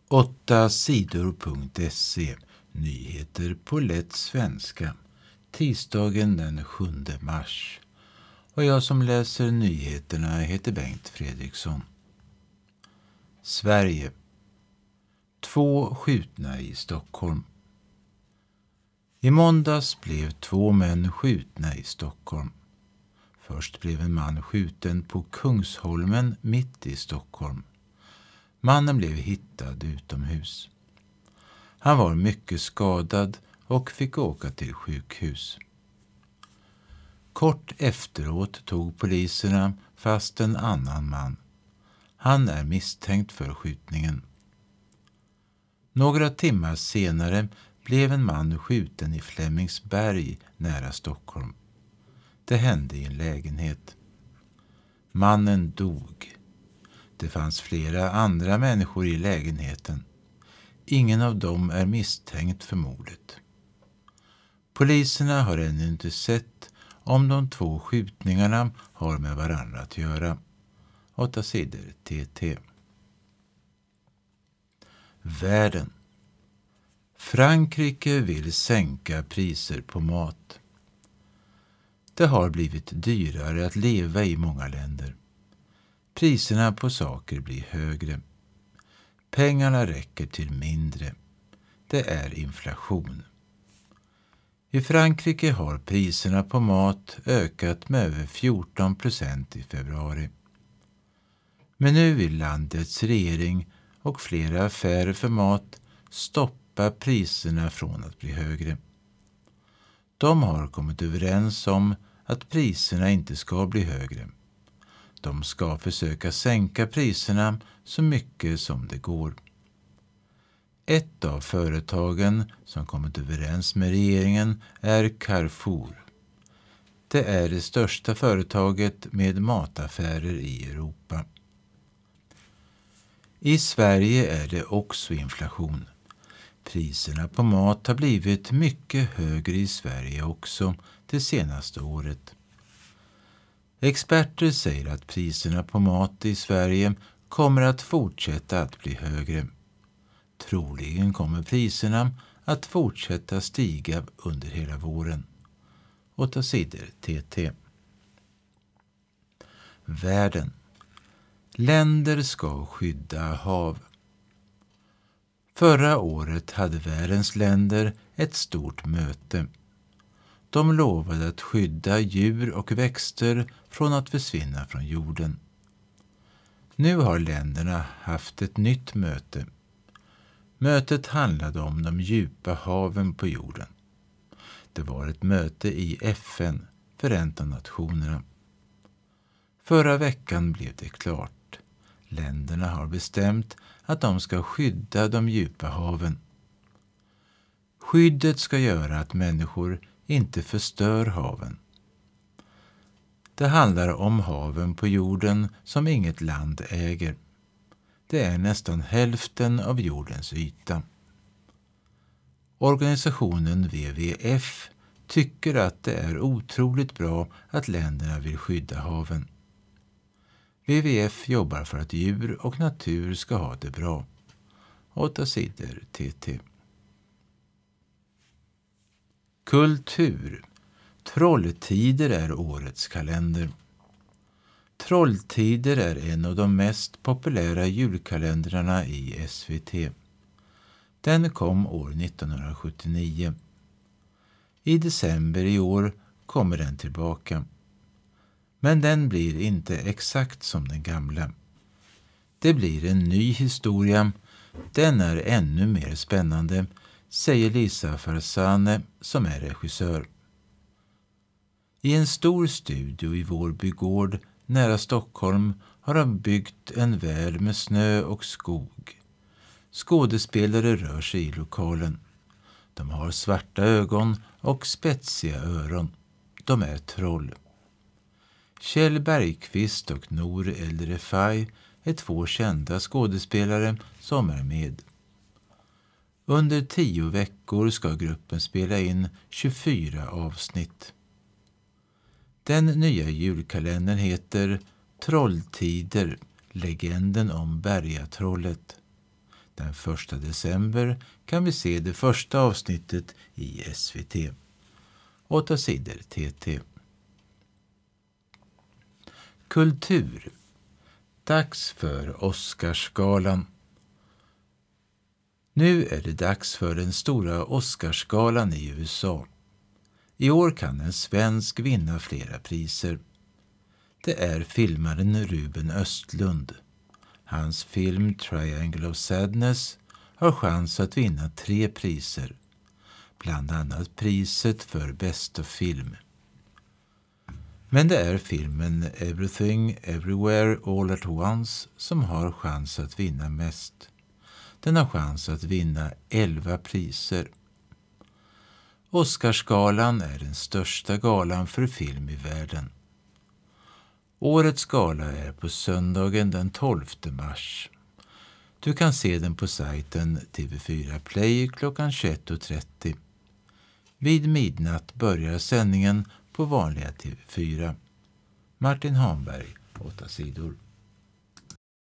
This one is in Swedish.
8sidor.se. Nyheter på lätt svenska. Tisdagen den 7 mars. Och jag som läser nyheterna heter Bengt Fredriksson. Sverige. 2 skjutna i Stockholm. I måndags blev 2 män skjutna i Stockholm. Först blev en man skjuten på Kungsholmen mitt i Stockholm. Mannen blev hittad utomhus. Han var mycket skadad och fick åka till sjukhus. Kort efteråt tog poliserna fast en annan man. Han är misstänkt för skjutningen. Några timmar senare blev en man skjuten i Flemingsberg nära Stockholm. Det hände i en lägenhet. Mannen dog. Det fanns flera andra människor i lägenheten. Ingen av dem är misstänkt för mordet. Poliserna har ännu inte sett om de 2 skjutningarna har med varandra att göra. 8 sidor TT. Världen. Frankrike vill sänka priser på mat. Det har blivit dyrare att leva i många länder. Priserna på saker blir högre. Pengarna räcker till mindre. Det är inflation. I Frankrike har priserna på mat ökat med över 14% i februari. Men nu vill landets regering och flera affärer för mat stoppa priserna från att bli högre. De har kommit överens om att priserna inte ska bli högre. De ska försöka sänka priserna så mycket som det går. Ett av företagen som kommit överens med regeringen är Carrefour. Det är det största företaget med mataffärer i Europa. I Sverige är det också inflation. Priserna på mat har blivit mycket högre i Sverige också det senaste året. Experter säger att priserna på mat i Sverige kommer att fortsätta att bli högre. Troligen kommer priserna att fortsätta stiga under hela våren. 8 sidor TT. Världen. Länder ska skydda hav. Förra året hade världens länder ett stort möte. De lovade att skydda djur och växter från att försvinna från jorden. Nu har länderna haft ett nytt möte. Mötet handlade om de djupa haven på jorden. Det var ett möte i FN, Förenta nationerna. Förra veckan blev det klart. Länderna har bestämt att de ska skydda de djupa haven. Skyddet ska göra att människor inte förstör haven. Det handlar om haven på jorden som inget land äger. Det är nästan hälften av jordens yta. Organisationen WWF tycker att det är otroligt bra att länderna vill skydda haven. WWF jobbar för att djur och natur ska ha det bra. 8 sidor TT. Kultur. Trolltider är årets kalender. Trolltider är en av de mest populära julkalendrarna i SVT. Den kom år 1979. I december i år kommer den tillbaka. Men den blir inte exakt som den gamla. Det blir en ny historia. Den är ännu mer spännande, säger Lisa Farzane som är regissör. I en stor studio i Vårby gård nära Stockholm har de byggt en värld med snö och skog. Skådespelare rör sig i lokalen. De har svarta ögon och spetsiga öron. De är troll. Kjell Bergqvist och Nour El Refai är 2 kända skådespelare som är med. Under 10 veckor ska gruppen spela in 24 avsnitt. Den nya julkalendern heter Trolltider, legenden om Bergatrollet. Den 1 december kan vi se det första avsnittet i SVT. 8 sidor TT. Kultur. Dags för Oscarsgalan. Nu är det dags för den stora Oscarsgalan i USA. I år kan en svensk vinna flera priser. Det är filmaren Ruben Östlund. Hans film Triangle of Sadness har chans att vinna 3 priser. Bland annat priset för bästa film. Men det är filmen Everything Everywhere All at Once som har chans att vinna mest. Den har chans att vinna 11 priser. Oscarsgalan är den största galan för film i världen. Årets gala är på söndagen den 12 mars. Du kan se den på sajten TV4 Play klockan 21.30. Vid midnatt börjar sändningen på vanliga TV4. Martin Hamberg, 8 sidor.